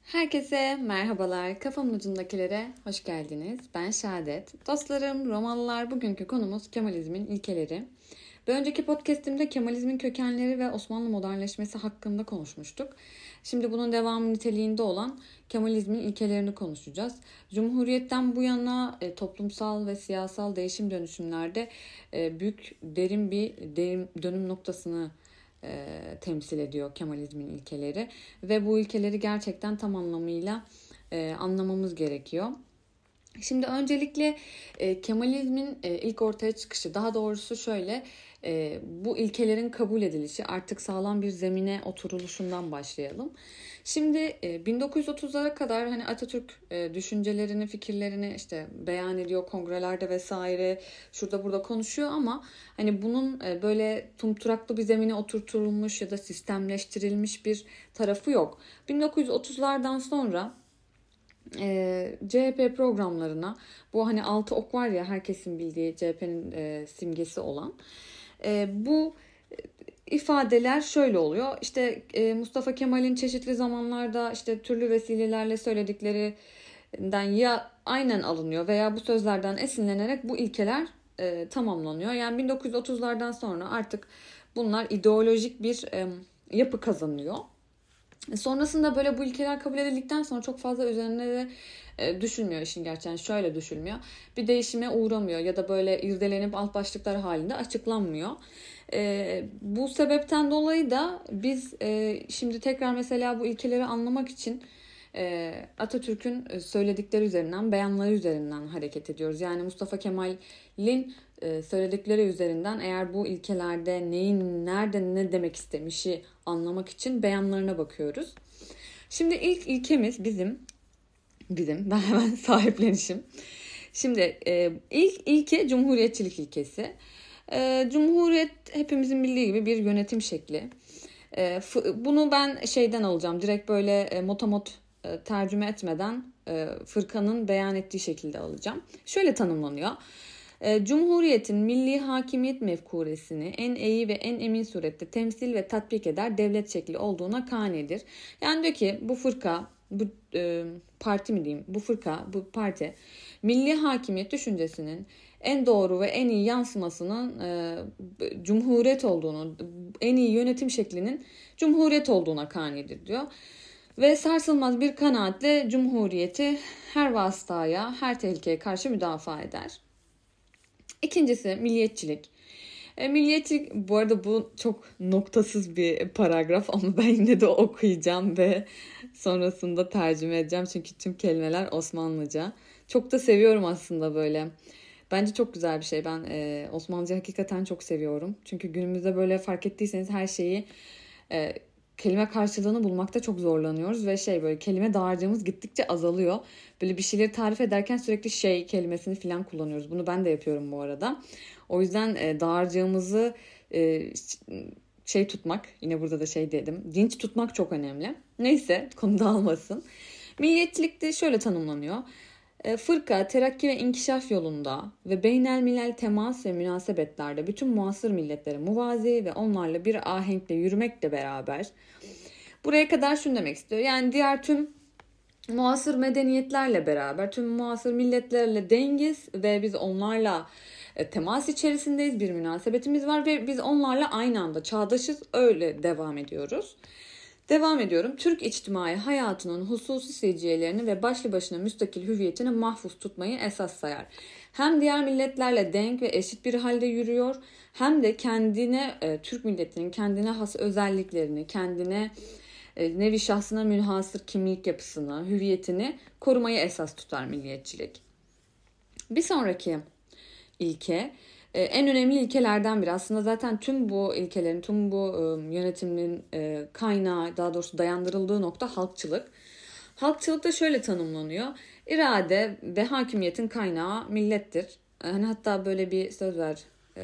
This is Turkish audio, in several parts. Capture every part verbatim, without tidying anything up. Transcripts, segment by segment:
Herkese merhabalar. Kafamın ucundakilere hoş geldiniz. Ben Şadet. Dostlarım, Romalılar, bugünkü konumuz Kemalizmin ilkeleri. Bir önceki podcastimde Kemalizmin kökenleri ve Osmanlı modernleşmesi hakkında konuşmuştuk. Şimdi bunun devamı niteliğinde olan Kemalizmin ilkelerini konuşacağız. Cumhuriyetten bu yana e, toplumsal ve siyasal değişim dönüşümlerde e, büyük derin bir derin, dönüm noktasını E, temsil ediyor Kemalizmin ilkeleri ve bu ilkeleri gerçekten tam anlamıyla e, anlamamız gerekiyor. Şimdi öncelikle e, Kemalizmin e, ilk ortaya çıkışı, daha doğrusu şöyle e, bu ilkelerin kabul edilişi, artık sağlam bir zemine oturuluşundan başlayalım. Şimdi e, bin dokuz yüz otuzlara kadar hani Atatürk e, düşüncelerini, fikirlerini işte beyan ediyor kongrelerde vesaire, şurada burada konuşuyor ama hani bunun e, böyle tumturaklı bir zemine oturtulmuş ya da sistemleştirilmiş bir tarafı yok. bin dokuz yüz otuzlardan sonra E, C H P programlarına, bu hani altı ok var ya, herkesin bildiği C H P'nin e, simgesi olan e, bu ifadeler şöyle oluyor. İşte e, Mustafa Kemal'in çeşitli zamanlarda işte türlü vesilelerle söylediklerinden ya aynen alınıyor veya bu sözlerden esinlenerek bu ilkeler e, tamamlanıyor. Yani bin dokuz yüz otuzlardan sonra artık bunlar ideolojik bir e, yapı kazanıyor. Sonrasında böyle bu ilkeler kabul edildikten sonra çok fazla üzerine de e, düşünmüyor işin gerçeği. Şöyle düşünmüyor. Bir değişime uğramıyor ya da böyle irdelenip alt başlıklar halinde açıklanmıyor. E, bu sebepten dolayı da biz e, şimdi tekrar mesela bu ilkeleri anlamak için e, Atatürk'ün söyledikleri üzerinden, beyanları üzerinden hareket ediyoruz. Yani Mustafa Kemal'in e, söyledikleri üzerinden eğer bu ilkelerde neyin, nerede ne demek istemişi anlamak için beyanlarına bakıyoruz. Şimdi ilk ilkemiz bizim, bizim, ben hemen sahiplenişim. Şimdi e, ilk ilke cumhuriyetçilik ilkesi. E, Cumhuriyet hepimizin bildiği gibi bir yönetim şekli. E, bunu ben şeyden alacağım, direkt böyle e, motomot e, tercüme etmeden e, fırkanın beyan ettiği şekilde alacağım. Şöyle tanımlanıyor. Cumhuriyetin milli hakimiyet mefkuresini en iyi ve en emin surette temsil ve tatbik eder devlet şekli olduğuna kanidir. Yani diyor ki bu fırka, bu e, parti mi diyeyim, bu fırka, bu parti milli hakimiyet düşüncesinin en doğru ve en iyi yansımasının e, cumhuriyet olduğunu, en iyi yönetim şeklinin cumhuriyet olduğuna kanidir diyor. Ve sarsılmaz bir kanaatle cumhuriyeti her vasıtaya, her tehlikeye karşı müdafaa eder. İkincisi milliyetçilik. E, milliyetçilik, bu arada bu çok noktasız bir paragraf ama ben yine de okuyacağım ve sonrasında tercüme edeceğim. Çünkü tüm kelimeler Osmanlıca. Çok da seviyorum aslında böyle. Bence çok güzel bir şey. Ben e, Osmanlıca hakikaten çok seviyorum. Çünkü günümüzde böyle fark ettiyseniz her şeyi e, kelime karşılığını bulmakta çok zorlanıyoruz ve şey böyle kelime dağarcığımız gittikçe azalıyor. Böyle bir şeyleri tarif ederken sürekli şey kelimesini falan kullanıyoruz. Bunu ben de yapıyorum bu arada. O yüzden e, dağarcığımızı e, şey tutmak, yine burada da şey dedim, dinç tutmak çok önemli. Neyse, konu dağılmasın. Milliyetçilik de şöyle tanımlanıyor. Fırka, terakki ve inkişaf yolunda ve beynelmilel temas ve münasebetlerde bütün muasır milletlere muvazi ve onlarla bir ahenkle yürümekle beraber, buraya kadar şunu demek istiyor. Yani diğer tüm muasır medeniyetlerle beraber, tüm muasır milletlerle dengiz ve biz onlarla temas içerisindeyiz, bir münasebetimiz var ve biz onlarla aynı anda çağdaşız, öyle devam ediyoruz. Devam ediyorum. Türk içtimai hayatının hususi seciyelerini ve başlı başına müstakil hüviyetini mahfuz tutmayı esas sayar. Hem diğer milletlerle denk ve eşit bir halde yürüyor, hem de kendine, e, Türk milletinin kendine has özelliklerini, kendine e, nevi şahsına münhasır kimlik yapısını, hüviyetini korumayı esas tutar milliyetçilik. Bir sonraki ilke, en önemli ilkelerden biri. Aslında zaten tüm bu ilkelerin, tüm bu yönetimin kaynağı, daha doğrusu dayandırıldığı nokta halkçılık. Halkçılık da şöyle tanımlanıyor. İrade ve hakimiyetin kaynağı millettir. Hani hatta böyle bir söz var.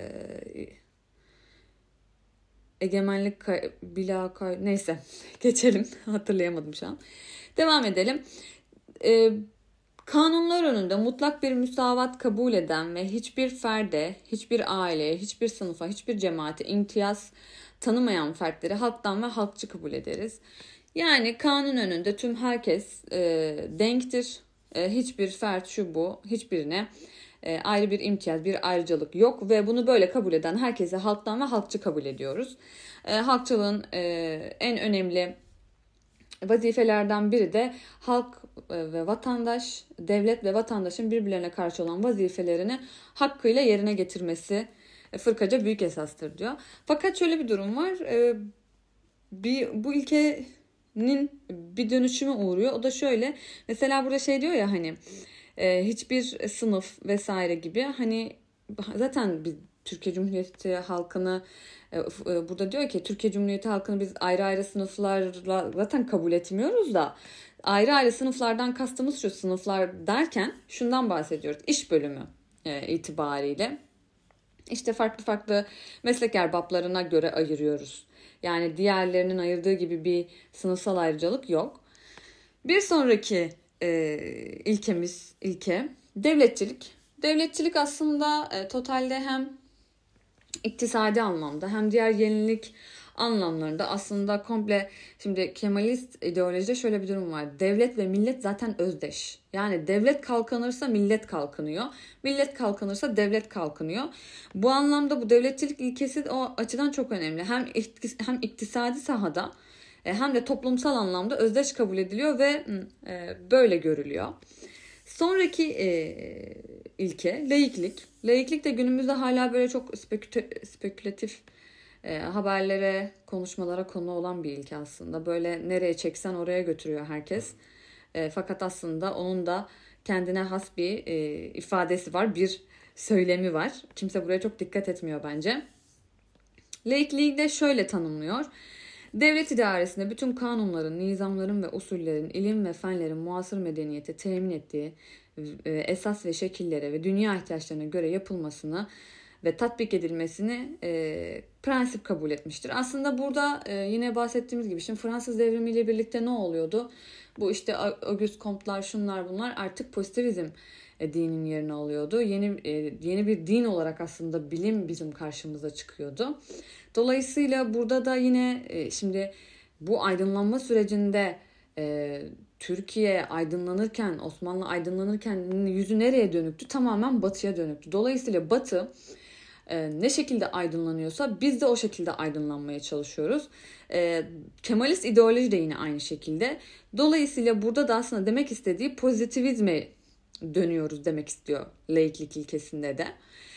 Egemenlik kay- bila kay- neyse geçelim. Hatırlayamadım şu an. Devam edelim. Eee Kanunlar önünde mutlak bir müsavat kabul eden ve hiçbir ferde, hiçbir aileye, hiçbir sınıfa, hiçbir cemaate imtiyaz tanımayan fertleri halktan ve halkçı kabul ederiz. Yani kanun önünde tüm herkes e, denktir. E, hiçbir fert şu bu hiçbirine e, ayrı bir imtiyaz, bir ayrıcalık yok ve bunu böyle kabul eden herkese halktan ve halkçı kabul ediyoruz. E, halkçılığın e, en önemli vazifelerden biri de halk ve vatandaş, devlet ve vatandaşın birbirlerine karşı olan vazifelerini hakkıyla yerine getirmesi fırkaca büyük esastır diyor. Fakat şöyle bir durum var. Bir, bu ilkenin bir dönüşüme uğruyor. O da şöyle. Mesela burada şey diyor ya hani hiçbir sınıf vesaire gibi hani zaten biz Türkiye Cumhuriyeti halkını burada diyor ki Türkiye Cumhuriyeti halkını biz ayrı ayrı sınıflarla zaten kabul etmiyoruz da ayrı ayrı sınıflardan kastımız şu sınıflar derken şundan bahsediyoruz. İş bölümü itibariyle işte farklı farklı meslek erbaplarına göre ayırıyoruz. Yani diğerlerinin ayırdığı gibi bir sınıfsal ayrıcalık yok. Bir sonraki e, ilkemiz ilke devletçilik. Devletçilik aslında e, totalde hem iktisadi anlamda hem diğer yenilik anlamlarında aslında komple şimdi Kemalist ideolojide şöyle bir durum var. Devlet ve millet zaten özdeş. Yani devlet kalkınırsa millet kalkınıyor. Millet kalkınırsa devlet kalkınıyor. Bu anlamda bu devletçilik ilkesi o açıdan çok önemli. Hem hem iktisadi sahada hem de toplumsal anlamda özdeş kabul ediliyor ve böyle görülüyor. Sonraki e, ilke laiklik. Laiklik de günümüzde hala böyle çok spekülatif e, haberlere, konuşmalara konu olan bir ilke aslında. Böyle nereye çeksen oraya götürüyor herkes. E, fakat aslında onun da kendine has bir e, ifadesi var, bir söylemi var. Kimse buraya çok dikkat etmiyor bence. Laikliği de şöyle tanımlıyor. Devlet idaresinde bütün kanunların, nizamların ve usullerin, ilim ve fenlerin muasır medeniyete temin ettiği esas ve şekillere ve dünya ihtiyaçlarına göre yapılmasını ve tatbik edilmesini e, prensip kabul etmiştir. Aslında burada e, yine bahsettiğimiz gibi şimdi Fransız devrimiyle birlikte ne oluyordu? Bu işte Auguste Comte'lar şunlar bunlar artık pozitivizm e, dinin yerine alıyordu. Yeni e, yeni bir din olarak aslında bilim bizim karşımıza çıkıyordu. Dolayısıyla burada da yine e, şimdi bu aydınlanma sürecinde e, Türkiye aydınlanırken, Osmanlı aydınlanırken yüzü nereye dönüktü? Tamamen batıya dönüktü. Dolayısıyla batı e, ne şekilde aydınlanıyorsa biz de o şekilde aydınlanmaya çalışıyoruz. E, Kemalist ideoloji de yine aynı şekilde. Dolayısıyla burada da aslında demek istediği pozitivizme dönüyoruz demek istiyor laiklik ilkesinde de.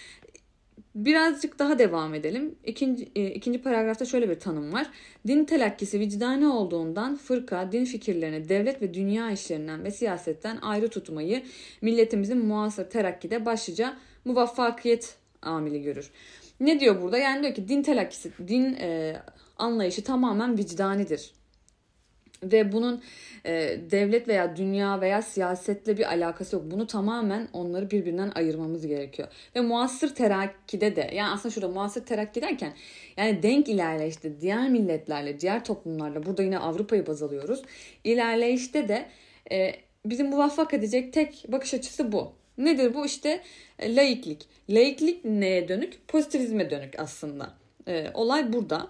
Birazcık daha devam edelim. İkinci, ikinci paragrafta şöyle bir tanım var. Din telakkisi vicdani olduğundan fırka, din fikirlerini devlet ve dünya işlerinden ve siyasetten ayrı tutmayı milletimizin muasır terakkide başlıca muvaffakiyet amili görür. Ne diyor burada? Yani diyor ki din telakkisi, din e, anlayışı tamamen vicdanidir. Ve bunun e, devlet veya dünya veya siyasetle bir alakası yok. Bunu tamamen onları birbirinden ayırmamız gerekiyor. Ve muasır terakkide de yani aslında şurada muasır terakki derken yani denk ilerleyişte diğer milletlerle, diğer toplumlarla burada yine Avrupa'yı baz alıyoruz. İlerleyişte de e, bizim muvaffak edecek tek bakış açısı bu. Nedir bu? İşte e, laiklik. Laiklik neye dönük? Pozitivizme dönük aslında. E, olay burada.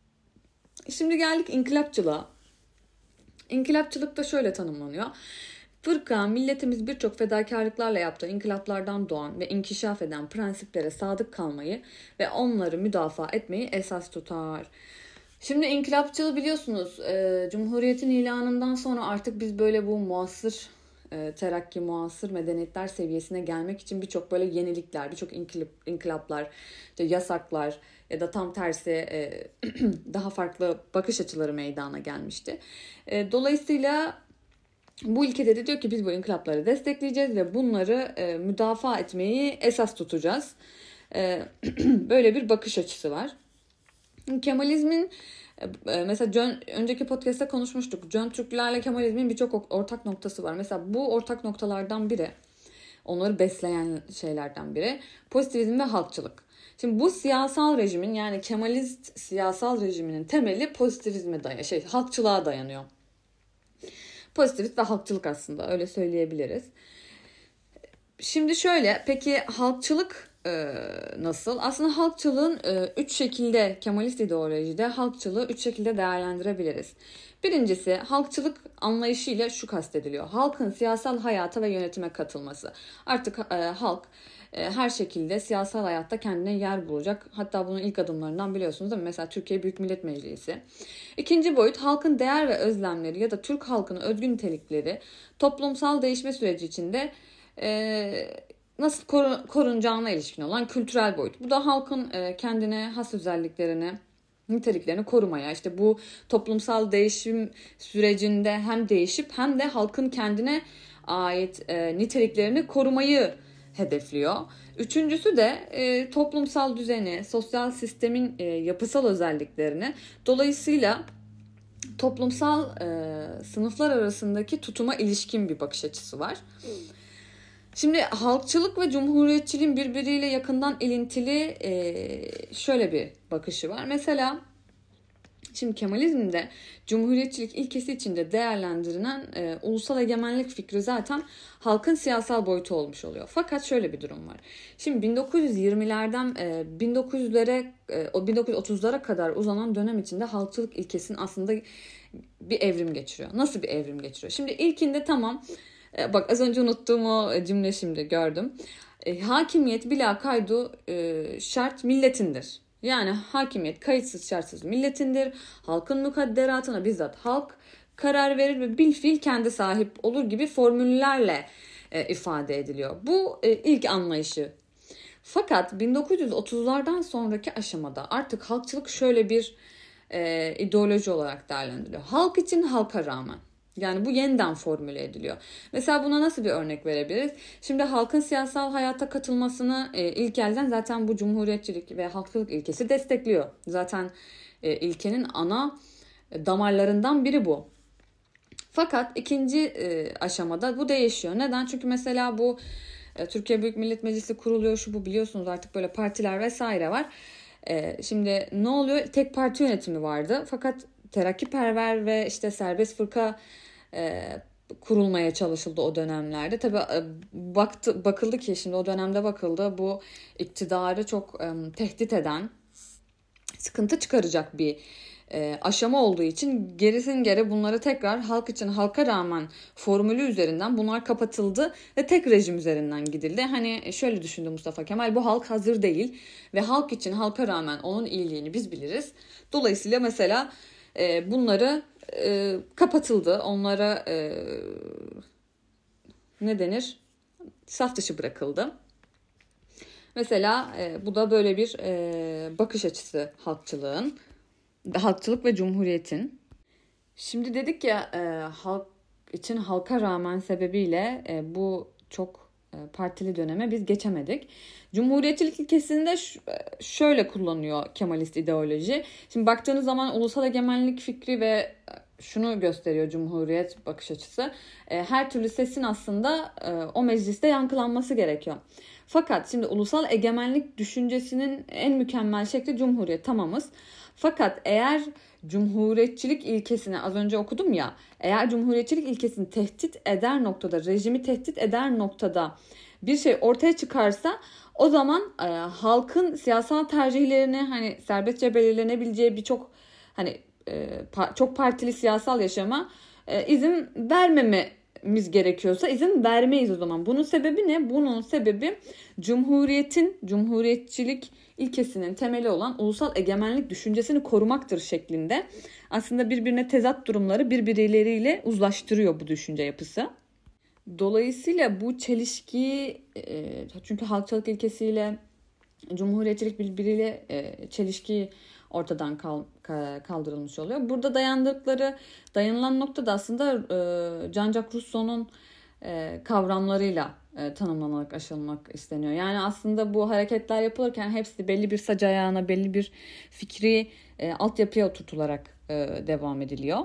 Şimdi geldik inkılapçılığa. İnkılapçılık da şöyle tanımlanıyor. Fırka, milletimiz birçok fedakarlıklarla yaptığı inkılaplardan doğan ve inkişaf eden prensiplere sadık kalmayı ve onları müdafaa etmeyi esas tutar. Şimdi inkılapçılığı biliyorsunuz, e, Cumhuriyet'in ilanından sonra artık biz böyle bu muasır, e, terakki, muasır medeniyetler seviyesine gelmek için birçok böyle yenilikler, birçok inkılap, inkılaplar, işte yasaklar ya da tam tersi e, daha farklı bakış açıları meydana gelmişti. E, dolayısıyla bu ilkede de diyor ki biz bu inkılapları destekleyeceğiz ve bunları e, müdafaa etmeyi esas tutacağız. E, böyle bir bakış açısı var. Kemalizmin e, mesela John, önceki podcast'ta konuşmuştuk. John Türklerle Kemalizmin birçok ortak noktası var. Mesela bu ortak noktalardan biri, onları besleyen şeylerden biri pozitivizm ve halkçılık. Şimdi bu siyasal rejimin yani Kemalist siyasal rejiminin temeli pozitivizme dayanıyor, şey halkçılığa dayanıyor. Pozitivist ve halkçılık aslında öyle söyleyebiliriz. Şimdi şöyle, peki halkçılık e, nasıl? Aslında halkçılığın e, üç şekilde Kemalist ideolojide halkçılığı üç şekilde değerlendirebiliriz. Birincisi, halkçılık anlayışıyla şu kastediliyor: halkın siyasal hayata ve yönetime katılması. Artık e, halk e, her şekilde siyasal hayatta kendine yer bulacak. Hatta bunun ilk adımlarından biliyorsunuz değil mi? Mesela Türkiye Büyük Millet Meclisi. İkinci boyut, halkın değer ve özlemleri ya da Türk halkının özgün nitelikleri toplumsal değişme süreci içinde e, nasıl korunacağına ilişkin olan kültürel boyut. Bu da halkın e, kendine has özelliklerini, niteliklerini korumaya, işte bu toplumsal değişim sürecinde hem değişip hem de halkın kendine ait e, niteliklerini korumayı hedefliyor. Üçüncüsü de e, toplumsal düzeni, sosyal sistemin e, yapısal özelliklerini, dolayısıyla toplumsal e, sınıflar arasındaki tutuma ilişkin bir bakış açısı var. Şimdi halkçılık ve cumhuriyetçiliğin birbiriyle yakından ilintili e, şöyle bir bakışı var. Mesela şimdi Kemalizm'de cumhuriyetçilik ilkesi içinde değerlendirilen e, ulusal egemenlik fikri zaten halkın siyasal boyutu olmuş oluyor. Fakat şöyle bir durum var. Şimdi bin dokuz yüz yirmilerden e, bin dokuz yüzlere e, o bin dokuz yüz otuzlara kadar uzanan dönem içinde halkçılık ilkesinin aslında bir evrim geçiriyor. Nasıl bir evrim geçiriyor? Şimdi ilkinde tamam, e, bak az önce unuttuğum o cümle şimdi gördüm. E, hakimiyet bila kaydu e, şart milletindir. Yani hakimiyet kayıtsız şartsız milletindir. Halkın mukadderatına bizzat halk karar verir ve bilfiil kendi sahip olur gibi formüllerle e, ifade ediliyor. Bu e, ilk anlayışı. Fakat bin dokuz yüz otuzlardan sonraki aşamada artık halkçılık şöyle bir e, ideoloji olarak değerlendiriliyor: halk için halka rağmen. Yani bu yeniden formüle ediliyor. Mesela buna nasıl bir örnek verebiliriz? Şimdi halkın siyasal hayata katılmasını e, ilk elden zaten bu cumhuriyetçilik ve halkçılık ilkesi destekliyor. Zaten e, ilkenin ana e, damarlarından biri bu. Fakat ikinci e, aşamada bu değişiyor. Neden? Çünkü mesela bu e, Türkiye Büyük Millet Meclisi kuruluyor. Şu bu biliyorsunuz, artık böyle partiler vesaire var. E, şimdi ne oluyor? Tek parti yönetimi vardı. Fakat terakkiperver ve işte serbest fırka e, kurulmaya çalışıldı o dönemlerde. Tabii e, baktı, bakıldı ki şimdi o dönemde bakıldı, bu iktidarı çok e, tehdit eden, sıkıntı çıkaracak bir e, aşama olduğu için gerisin geri bunları tekrar halk için halka rağmen formülü üzerinden bunlar kapatıldı ve tek rejim üzerinden gidildi. Hani şöyle düşündü Mustafa Kemal: bu halk hazır değil ve halk için halka rağmen onun iyiliğini biz biliriz. Dolayısıyla mesela e, bunları e, kapatıldı. Onlara e, ne denir? Saf dışı bırakıldı. Mesela e, bu da böyle bir e, bakış açısı halkçılığın, halkçılık ve cumhuriyetin. Şimdi dedik ya e, halk için halka rağmen sebebiyle e, bu çok e, partili döneme biz geçemedik. Cumhuriyetçilik ilkesinde ş- şöyle kullanıyor Kemalist ideoloji. Şimdi baktığınız zaman ulusal egemenlik fikri ve şunu gösteriyor cumhuriyet bakış açısı: e, her türlü sesin aslında e, o mecliste yankılanması gerekiyor. Fakat şimdi ulusal egemenlik düşüncesinin en mükemmel şekli cumhuriyet, tamamız. Fakat eğer cumhuriyetçilik ilkesini az önce okudum ya, eğer cumhuriyetçilik ilkesini tehdit eder noktada, rejimi tehdit eder noktada bir şey ortaya çıkarsa, o zaman e, halkın siyasal tercihlerini hani serbestçe belirlenebileceği birçok hani e, pa- çok partili siyasal yaşama e, izin vermememiz gerekiyorsa izin vermeyiz o zaman. Bunun sebebi ne? Bunun sebebi cumhuriyetin, cumhuriyetçilik ilkesinin temeli olan ulusal egemenlik düşüncesini korumaktır şeklinde aslında birbirine tezat durumları birbirleriyle uzlaştırıyor bu düşünce yapısı. Dolayısıyla bu çelişki, çünkü halkçılık ilkesiyle cumhuriyetçilik birbiriyle çelişki ortadan kaldırılmış oluyor. Burada dayandıkları, dayanılan nokta da aslında Jean-Jacques Rousseau'nun kavramlarıyla tanımlanarak aşılmak isteniyor. Yani aslında bu hareketler yapılırken hepsi belli bir sac ayağına, belli bir fikri altyapıya oturtularak devam ediliyor.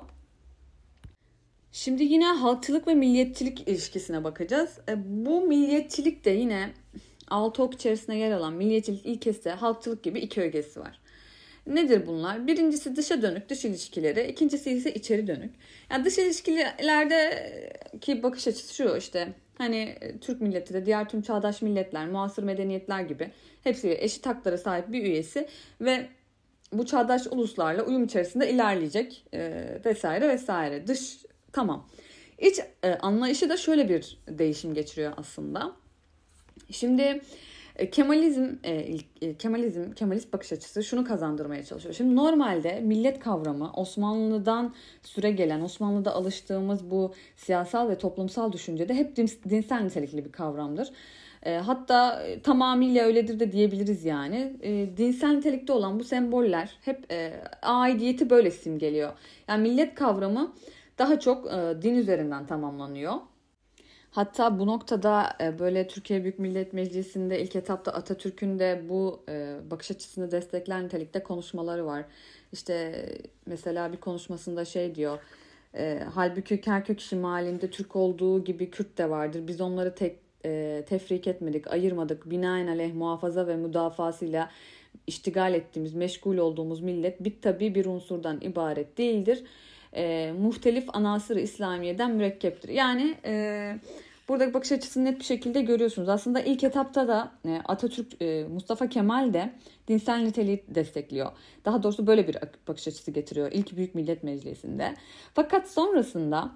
Şimdi yine halkçılık ve milliyetçilik ilişkisine bakacağız. Bu milliyetçilik de yine altı ok içerisinde yer alan milliyetçilik ilkesi de halkçılık gibi iki ögesi var. Nedir bunlar? Birincisi dışa dönük dış ilişkileri, ikincisi ise içeri dönük. Yani dış ilişkilerdeki bakış açısı şu: işte hani Türk milleti de diğer tüm çağdaş milletler, muasır medeniyetler gibi hepsi eşit haklara sahip bir üyesi ve bu çağdaş uluslarla uyum içerisinde ilerleyecek e, vesaire vesaire. Dış tamam. İç e, anlayışı da şöyle bir değişim geçiriyor aslında. Şimdi e, Kemalizm, e, e, Kemalizm, Kemalist bakış açısı şunu kazandırmaya çalışıyor. Şimdi normalde millet kavramı Osmanlı'dan süre gelen, Osmanlı'da alıştığımız bu siyasal ve toplumsal düşüncede hep din, dinsel nitelikli bir kavramdır. E, hatta e, tamamıyla öyledir de diyebiliriz yani. E, dinsel nitelikte olan bu semboller hep e, aidiyeti böyle simgeliyor. Yani millet kavramı daha çok e, din üzerinden tamamlanıyor. Hatta bu noktada e, böyle Türkiye Büyük Millet Meclisi'nde ilk etapta Atatürk'ün de bu e, bakış açısını destekler nitelikte konuşmaları var. İşte mesela bir konuşmasında şey diyor. E, halbuki Kerkük şimalinde Türk olduğu gibi Kürt de vardır. Biz onları tek e, tefrik etmedik, ayırmadık. Binaenaleyh muhafaza ve müdafasıyla iştigal ettiğimiz, meşgul olduğumuz millet bir tabii bir unsurdan ibaret değildir. E, muhtelif anasır-ı İslamiye'den mürekkeptir. Yani e, buradaki bakış açısını net bir şekilde görüyorsunuz. Aslında ilk etapta da e, Atatürk, e, Mustafa Kemal de dinsel niteliği destekliyor. Daha doğrusu böyle bir bakış açısı getiriyor ilk Büyük Millet Meclisi'nde. Fakat sonrasında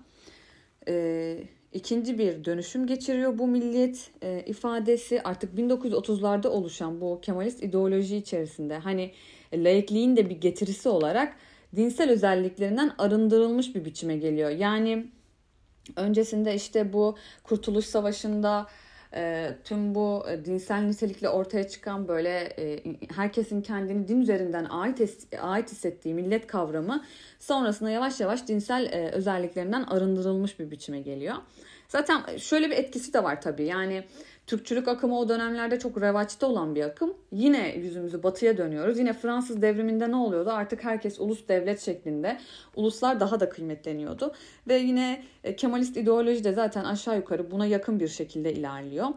e, ikinci bir dönüşüm geçiriyor bu milliyet e, ifadesi. Artık bin dokuz yüz otuzlarda oluşan bu Kemalist ideoloji içerisinde hani laikliğin de bir getirisi olarak dinsel özelliklerinden arındırılmış bir biçime geliyor. Yani öncesinde işte bu Kurtuluş Savaşı'nda e, tüm bu dinsel nitelikle ortaya çıkan böyle e, herkesin kendini din üzerinden ait, ait hissettiği millet kavramı sonrasında yavaş yavaş dinsel e, özelliklerinden arındırılmış bir biçime geliyor. Zaten şöyle bir etkisi de var tabii. Yani Türkçülük akımı o dönemlerde çok revaçta olan bir akım. Yine yüzümüzü batıya dönüyoruz. Yine Fransız devriminde ne oluyordu? Artık herkes ulus devlet şeklinde. Uluslar daha da kıymetleniyordu. Ve yine Kemalist ideoloji de zaten aşağı yukarı buna yakın bir şekilde ilerliyor.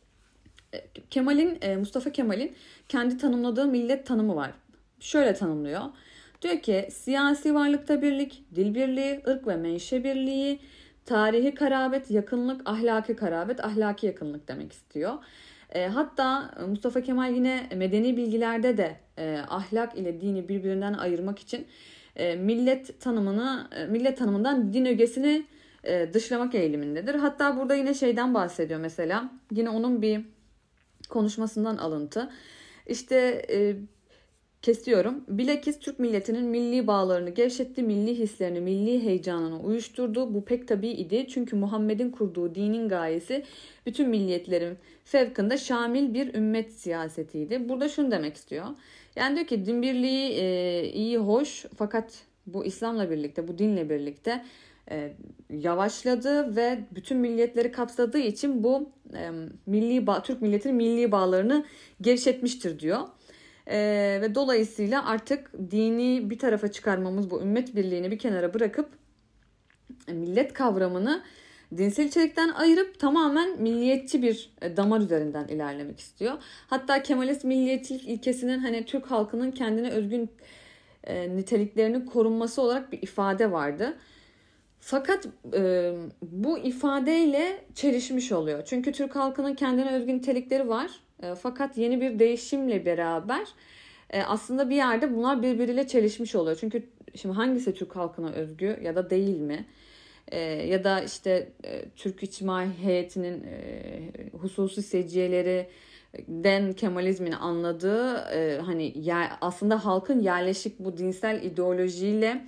Kemal'in, Mustafa Kemal'in kendi tanımladığı millet tanımı var. Şöyle tanımlıyor. Diyor ki siyasi varlıkta birlik, dil birliği, ırk ve menşe birliği, tarihi karabet, yakınlık, ahlaki karabet, ahlaki yakınlık demek istiyor. E, hatta Mustafa Kemal yine medeni bilgilerde de e, ahlak ile dini birbirinden ayırmak için e, millet tanımını, e, millet tanımından din ögesini e, dışlamak eğilimindedir. Hatta burada yine şeyden bahsediyor mesela. Yine onun bir konuşmasından alıntı. İşte e, kesiyorum. Bilakis Türk milletinin milli bağlarını gevşetti, milli hislerini, milli heyecanını uyuşturdu. Bu pek tabii idi. Çünkü Muhammed'in kurduğu dinin gayesi bütün milliyetlerin fevkinde şamil bir ümmet siyasetiydi. Burada şunu demek istiyor. Yani diyor ki din birliği e, iyi, hoş fakat bu İslam'la birlikte, bu dinle birlikte e, yavaşladı ve bütün milliyetleri kapsadığı için bu e, milli bağ, Türk milletinin milli bağlarını gevşetmiştir diyor. Ee, ve dolayısıyla artık dini bir tarafa çıkarmamız, bu ümmet birliğini bir kenara bırakıp millet kavramını dinsel içerikten ayırıp tamamen milliyetçi bir damar üzerinden ilerlemek istiyor. Hatta Kemalist milliyetçilik ilkesinin hani Türk halkının kendine özgün e, niteliklerinin korunması olarak bir ifade vardı. Fakat e, bu ifadeyle çelişmiş oluyor. Çünkü Türk halkının kendine özgün nitelikleri var. E, fakat yeni bir değişimle beraber e, aslında bir yerde bunlar birbiriyle çelişmiş oluyor. Çünkü şimdi hangisi Türk halkına özgü ya da değil mi? E, ya da işte e, Türk İçtimai Heyeti'nin e, hususi seciyeleri den Kemalizmin anladığı e, hani yer, aslında halkın yerleşik bu dinsel ideolojiyle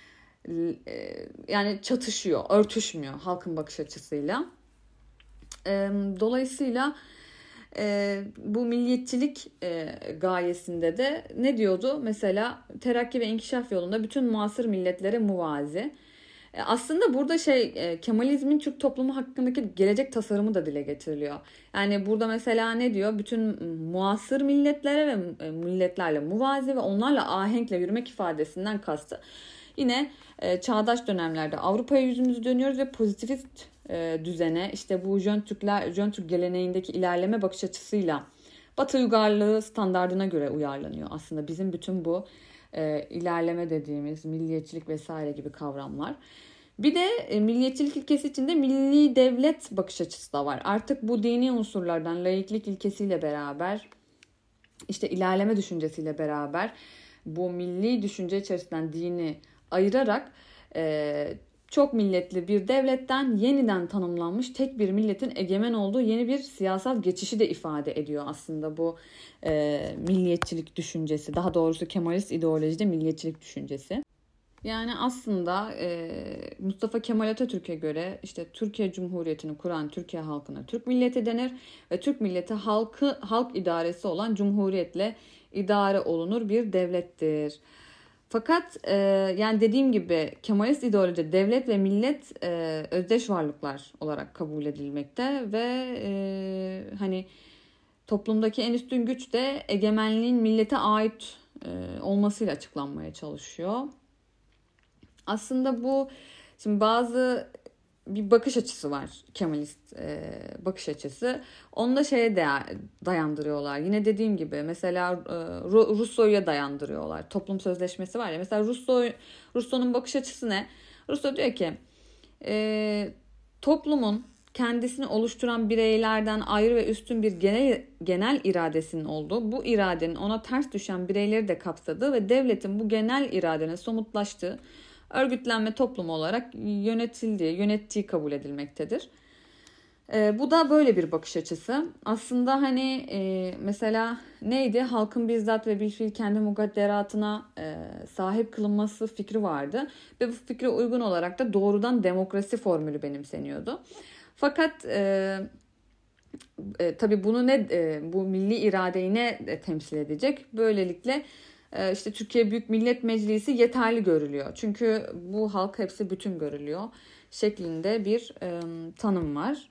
yani çatışıyor, örtüşmüyor halkın bakış açısıyla. Dolayısıyla bu milliyetçilik gayesinde de ne diyordu? Mesela terakki ve inkişaf yolunda bütün muasır milletlere muvazi. Aslında burada şey Kemalizmin Türk toplumu hakkındaki gelecek tasarımı da dile getiriliyor. Yani burada mesela ne diyor? Bütün muasır milletlere ve milletlerle muvazi ve onlarla ahenkle yürümek ifadesinden kastı. Yine e, çağdaş dönemlerde Avrupa'ya yüzümüzü dönüyoruz ve pozitivist e, düzene işte bu Jön Türkler, Jön Türk geleneğindeki ilerleme bakış açısıyla Batı uygarlığı standardına göre uyarlanıyor aslında bizim bütün bu e, ilerleme dediğimiz milliyetçilik vesaire gibi kavramlar. Bir de e, milliyetçilik ilkesi içinde milli devlet bakış açısı da var. Artık bu dini unsurlardan laiklik ilkesiyle beraber işte ilerleme düşüncesiyle beraber bu milli düşünce içerisinden dini ayırarak e, çok milletli bir devletten yeniden tanımlanmış tek bir milletin egemen olduğu yeni bir siyasal geçişi de ifade ediyor aslında bu e, milliyetçilik düşüncesi. Daha doğrusu Kemalist ideolojide milliyetçilik düşüncesi. Yani aslında e, Mustafa Kemal Atatürk'e göre işte Türkiye Cumhuriyeti'ni kuran Türkiye halkına Türk milleti denir ve Türk milleti halkı halk idaresi olan cumhuriyetle idare olunur bir devlettir. Fakat e, yani dediğim gibi Kemalist ideolojide devlet ve millet e, özdeş varlıklar olarak kabul edilmekte ve e, hani toplumdaki en üstün güç de egemenliğin millete ait e, olmasıyla açıklanmaya çalışıyor. Aslında bu şimdi bazı bir bakış açısı var, Kemalist e, bakış açısı. Onu da şeye de dayandırıyorlar. Yine dediğim gibi mesela e, Rousseau'ya dayandırıyorlar. Toplum sözleşmesi var ya. Mesela Rousseau Rousseau'nun bakış açısı ne? Rousseau diyor ki e, toplumun kendisini oluşturan bireylerden ayrı ve üstün bir genel genel iradesinin olduğu, bu iradenin ona ters düşen bireyleri de kapsadığı ve devletin bu genel iradenin somutlaştığı örgütlenme toplumu olarak yönetildiği, yönettiği kabul edilmektedir. E, bu da böyle bir bakış açısı. Aslında hani e, mesela neydi? Halkın bizzat ve bilfiil kendi mukadderatına e, sahip kılınması fikri vardı. Ve bu fikre uygun olarak da doğrudan demokrasi formülü benimseniyordu. Fakat e, e, tabii bunu ne e, bu milli iradeyi ne e, temsil edecek? Böylelikle İşte Türkiye Büyük Millet Meclisi yeterli görülüyor. Çünkü bu halk hepsi bütün görülüyor şeklinde bir e, tanım var.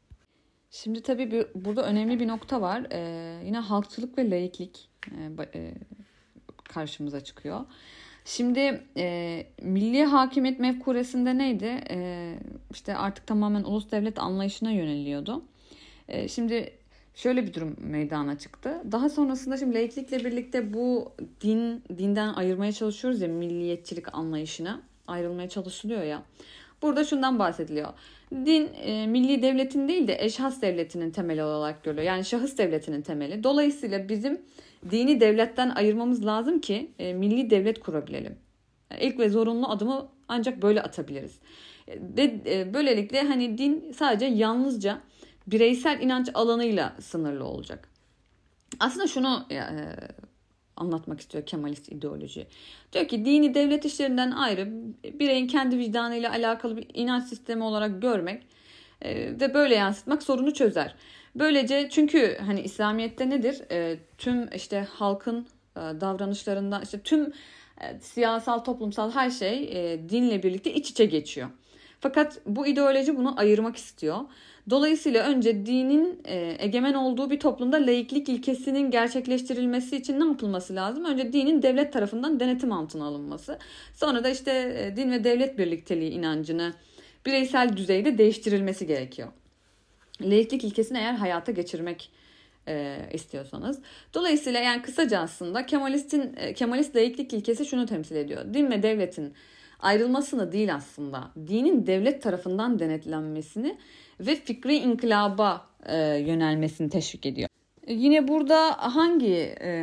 Şimdi tabii bir, burada önemli bir nokta var. E, yine halkçılık ve laiklik e, e, karşımıza çıkıyor. Şimdi e, milli hakimiyet mefkuresinde neydi? E, işte artık tamamen ulus devlet anlayışına yöneliyordu. E, şimdi şöyle bir durum meydana çıktı. Daha sonrasında şimdi laiklikle birlikte bu din dinden ayırmaya çalışıyoruz ya, milliyetçilik anlayışına ayrılmaya çalışılıyor ya. Burada şundan bahsediliyor. Din e, milli devletin değil de eşhas devletinin temeli olarak görülüyor. Yani şahıs devletinin temeli. Dolayısıyla bizim dini devletten ayırmamız lazım ki e, milli devlet kurabilelim. Yani ilk ve zorunlu adımı ancak böyle atabiliriz. Ve e, böylelikle hani din sadece yalnızca bireysel inanç alanıyla sınırlı olacak. Aslında şunu e, anlatmak istiyor Kemalist ideoloji. Diyor ki dini devlet işlerinden ayrı bireyin kendi vicdanıyla alakalı bir inanç sistemi olarak görmek e, ve böyle yansıtmak sorunu çözer. Böylece çünkü hani İslamiyet'te nedir? E, tüm işte halkın e, davranışlarından işte tüm e, siyasal, toplumsal her şey e, dinle birlikte iç içe geçiyor. Fakat bu ideoloji bunu ayırmak istiyor. Dolayısıyla önce dinin e, egemen olduğu bir toplumda laiklik ilkesinin gerçekleştirilmesi için ne yapılması lazım? Önce dinin devlet tarafından denetim altına alınması. Sonra da işte e, din ve devlet birlikteliği inancını bireysel düzeyde değiştirilmesi gerekiyor. Laiklik ilkesini eğer hayata geçirmek e, istiyorsanız. Dolayısıyla yani kısaca aslında Kemalist'in e, Kemalist laiklik ilkesi şunu temsil ediyor. Din ve devletin ayrılmasını değil aslında, dinin devlet tarafından denetlenmesini ve fikri inkılaba e, yönelmesini teşvik ediyor. E, yine burada hangi e,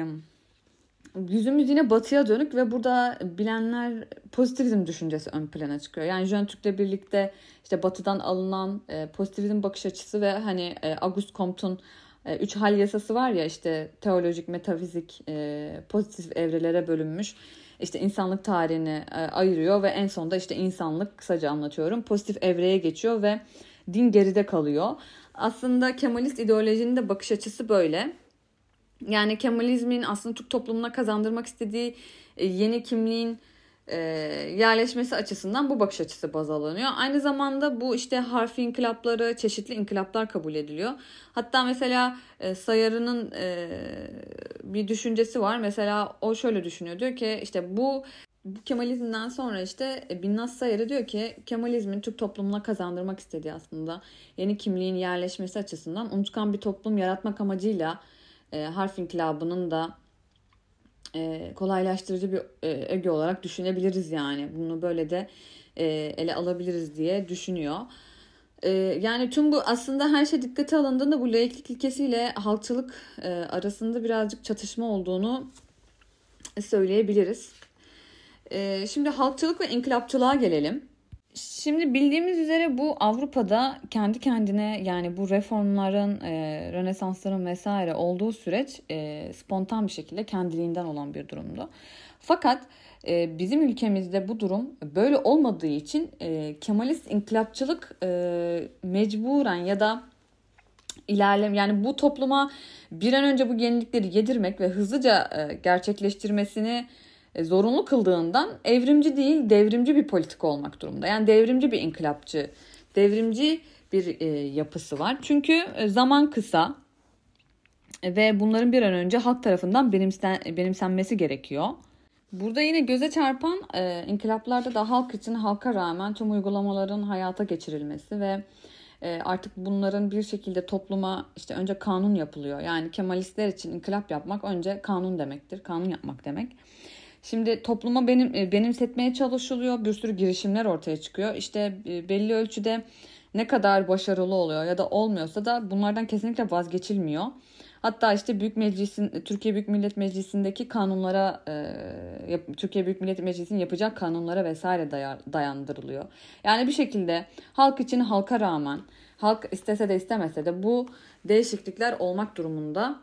yüzümüz yine batıya dönük ve burada bilenler pozitivizm düşüncesi ön plana çıkıyor. Yani Jön Türk'le birlikte işte batıdan alınan e, pozitivizm bakış açısı ve hani e, Auguste Comte'un e, üç hal yasası var ya, işte teolojik, metafizik, e, pozitif evrelere bölünmüş. İşte insanlık tarihini e, ayırıyor ve en sonunda işte insanlık, kısaca anlatıyorum, pozitif evreye geçiyor ve din geride kalıyor. Aslında Kemalist ideolojinin de bakış açısı böyle. Yani Kemalizmin aslında Türk toplumuna kazandırmak istediği e, yeni kimliğin e, yerleşmesi açısından bu bakış açısı baz alınıyor. Aynı zamanda bu işte harfi inkılapları, çeşitli inkılaplar kabul ediliyor. Hatta mesela e, Sayarı'nın e, bir düşüncesi var. Mesela o şöyle düşünüyor. Diyor ki işte bu bu Kemalizmden sonra işte Binnaz Sayarı diyor ki Kemalizmin Türk toplumuna kazandırmak istediği aslında yeni kimliğin yerleşmesi açısından unutkan bir toplum yaratmak amacıyla e, harf inkılabının da e, kolaylaştırıcı bir e, öge olarak düşünebiliriz yani. Bunu böyle de e, ele alabiliriz diye düşünüyor. E, yani tüm bu aslında her şey dikkate alındığında bu laiklik ilkesiyle halkçılık e, arasında birazcık çatışma olduğunu söyleyebiliriz. E, şimdi halkçılık ve inkılapçılığa gelelim. Şimdi bildiğimiz üzere bu Avrupa'da kendi kendine, yani bu reformların, e, Rönesansların vesaire olduğu süreç e, spontan bir şekilde kendiliğinden olan bir durumdu. Fakat e, bizim ülkemizde bu durum böyle olmadığı için e, Kemalist inkılapçılık e, mecburen ya da ilerlem yani bu topluma bir an önce bu yenilikleri yedirmek ve hızlıca e, gerçekleştirmesini e, zorunlu kıldığından evrimci değil devrimci bir politika olmak durumunda. Yani devrimci bir inkılapçı, devrimci bir e, yapısı var. Çünkü e, zaman kısa e, ve bunların bir an önce halk tarafından benimsen, benimsenmesi gerekiyor. Burada yine göze çarpan e, inkılaplarda da halk için halka rağmen tüm uygulamaların hayata geçirilmesi ve e, artık bunların bir şekilde topluma işte önce kanun yapılıyor. Yani Kemalistler için inkılap yapmak önce kanun demektir, kanun yapmak demek. Şimdi topluma benim benimsetmeye çalışılıyor. Bir sürü girişimler ortaya çıkıyor. İşte belli ölçüde ne kadar başarılı oluyor ya da olmuyorsa da bunlardan kesinlikle vazgeçilmiyor. Hatta işte Büyük Meclis'in, Türkiye Büyük Millet Meclisi'ndeki kanunlara, Türkiye Büyük Millet Meclisi'nin yapacak kanunlara vesaire dayandırılıyor. Yani bir şekilde halk için halka rağmen, halk istese de istemese de bu değişiklikler olmak durumunda.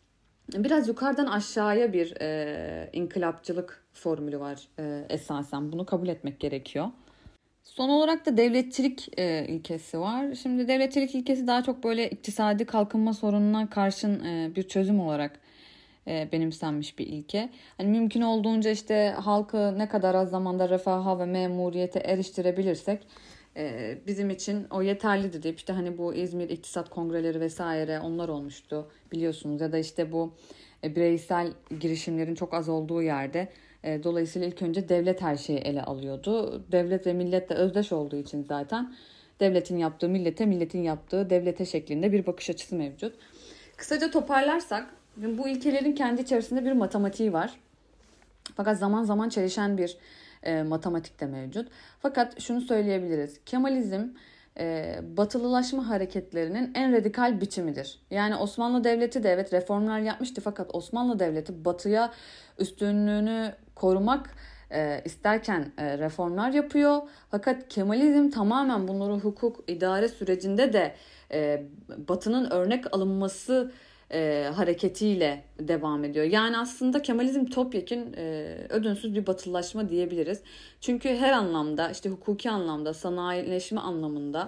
Biraz yukarıdan aşağıya bir e, inkılapçılık formülü var e, esasen. Bunu kabul etmek gerekiyor. Son olarak da devletçilik e, ilkesi var. Şimdi devletçilik ilkesi daha çok böyle iktisadi kalkınma sorununa karşın e, bir çözüm olarak e, benimsenmiş bir ilke. Hani mümkün olduğunca işte halkı ne kadar az zamanda refaha ve memuriyete eriştirebilirsek e, bizim için o yeterlidir deyip işte hani bu İzmir İktisat Kongreleri vesaire onlar olmuştu biliyorsunuz, ya da işte bu e, bireysel girişimlerin çok az olduğu yerde e, dolayısıyla ilk önce devlet her şeyi ele alıyordu. Devlet ve millet de özdeş olduğu için zaten devletin yaptığı millete, milletin yaptığı devlete şeklinde bir bakış açısı mevcut. Kısaca toparlarsak bu ilkelerin kendi içerisinde bir matematiği var. Fakat zaman zaman çelişen bir e, matematik de mevcut. Fakat şunu söyleyebiliriz. Kemalizm e, batılılaşma hareketlerinin en radikal biçimidir. Yani Osmanlı Devleti de evet reformlar yapmıştı, fakat Osmanlı Devleti batıya üstünlüğünü korumak e, isterken e, reformlar yapıyor. Fakat Kemalizm tamamen bunları hukuk, idare sürecinde de e, batının örnek alınması E, hareketiyle devam ediyor. Yani aslında Kemalizm topyekün e, ödünsüz bir batılılaşma diyebiliriz. Çünkü her anlamda, işte hukuki anlamda, sanayileşme anlamında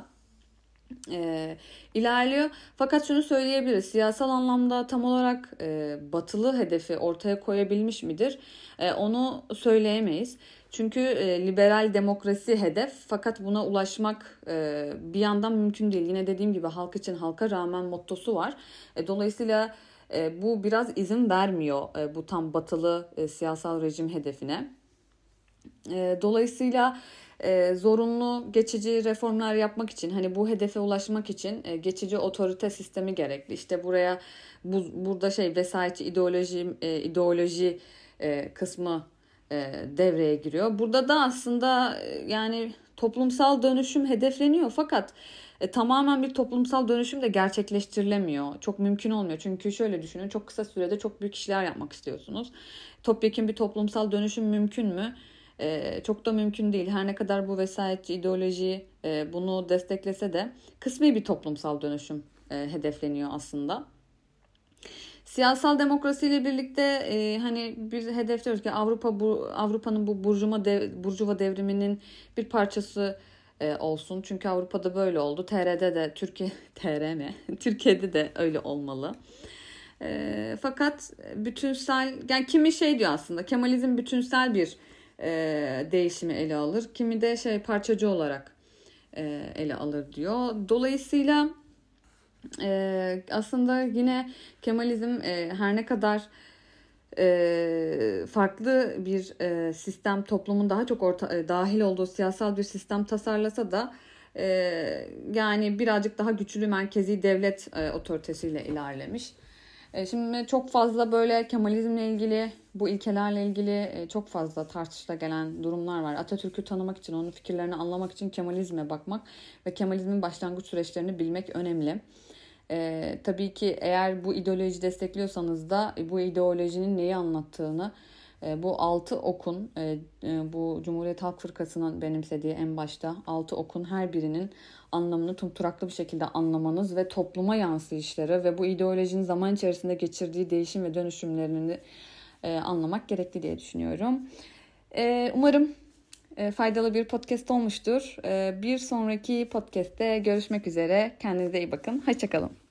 e, ilerliyor. Fakat şunu söyleyebiliriz. Siyasal anlamda tam olarak e, batılı hedefi ortaya koyabilmiş midir? E, onu söyleyemeyiz. Çünkü e, liberal demokrasi hedef, fakat buna ulaşmak e, bir yandan mümkün değil. Yine dediğim gibi halk için halka rağmen mottosu var. E, dolayısıyla e, bu biraz izin vermiyor e, bu tam batılı e, siyasal rejim hedefine. E, dolayısıyla e, zorunlu geçici reformlar yapmak için, hani bu hedefe ulaşmak için e, geçici otorite sistemi gerekli. İşte buraya bu, burada şey vesayetçi ideoloji e, ideoloji e, kısmı e, devreye giriyor. Burada da aslında e, yani toplumsal dönüşüm hedefleniyor, fakat e, tamamen bir toplumsal dönüşüm de gerçekleştirilemiyor. Çok mümkün olmuyor. Çünkü şöyle düşünün, çok kısa sürede çok büyük işler yapmak istiyorsunuz. Topyekun bir toplumsal dönüşüm mümkün mü? E, çok da mümkün değil. Her ne kadar bu vesayetçi ideoloji e, bunu desteklese de kısmi bir toplumsal dönüşüm e, hedefleniyor aslında. Siyasal demokrasiyle birlikte e, hani bir hedefliyoruz ki Avrupa bu Avrupa'nın bu burjuva dev, burjuva devriminin bir parçası e, olsun. Çünkü Avrupa'da böyle oldu. T R'de de Türkiye T R mi? Türkiye'de de öyle olmalı. E, fakat bütünsel, yani kimi şey diyor aslında, Kemalizm bütünsel bir e, değişimi ele alır. Kimi de şey parçacı olarak e, ele alır diyor. Dolayısıyla Ee, aslında yine Kemalizm e, her ne kadar e, farklı bir e, sistem, toplumun daha çok orta, e, dahil olduğu siyasal bir sistem tasarlasa da e, yani birazcık daha güçlü merkezi devlet e, otoritesiyle ilerlemiş. E, şimdi çok fazla böyle Kemalizmle ilgili, bu ilkelerle ilgili e, çok fazla tartışıla gelen durumlar var. Atatürk'ü tanımak için, onun fikirlerini anlamak için Kemalizme bakmak ve Kemalizmin başlangıç süreçlerini bilmek önemli. Ee, tabii ki eğer bu ideoloji destekliyorsanız da bu ideolojinin neyi anlattığını Bu altı okun, bu Cumhuriyet Halk Fırkası'nın benimsediği en başta altı okun her birinin anlamını tumturaklı bir şekilde anlamanız ve topluma yansıyışları ve bu ideolojinin zaman içerisinde geçirdiği değişim ve dönüşümlerini anlamak gerekli diye düşünüyorum. Umarım faydalı bir podcast olmuştur. Bir sonraki podcast'te görüşmek üzere. Kendinize iyi bakın. Hoşça kalın.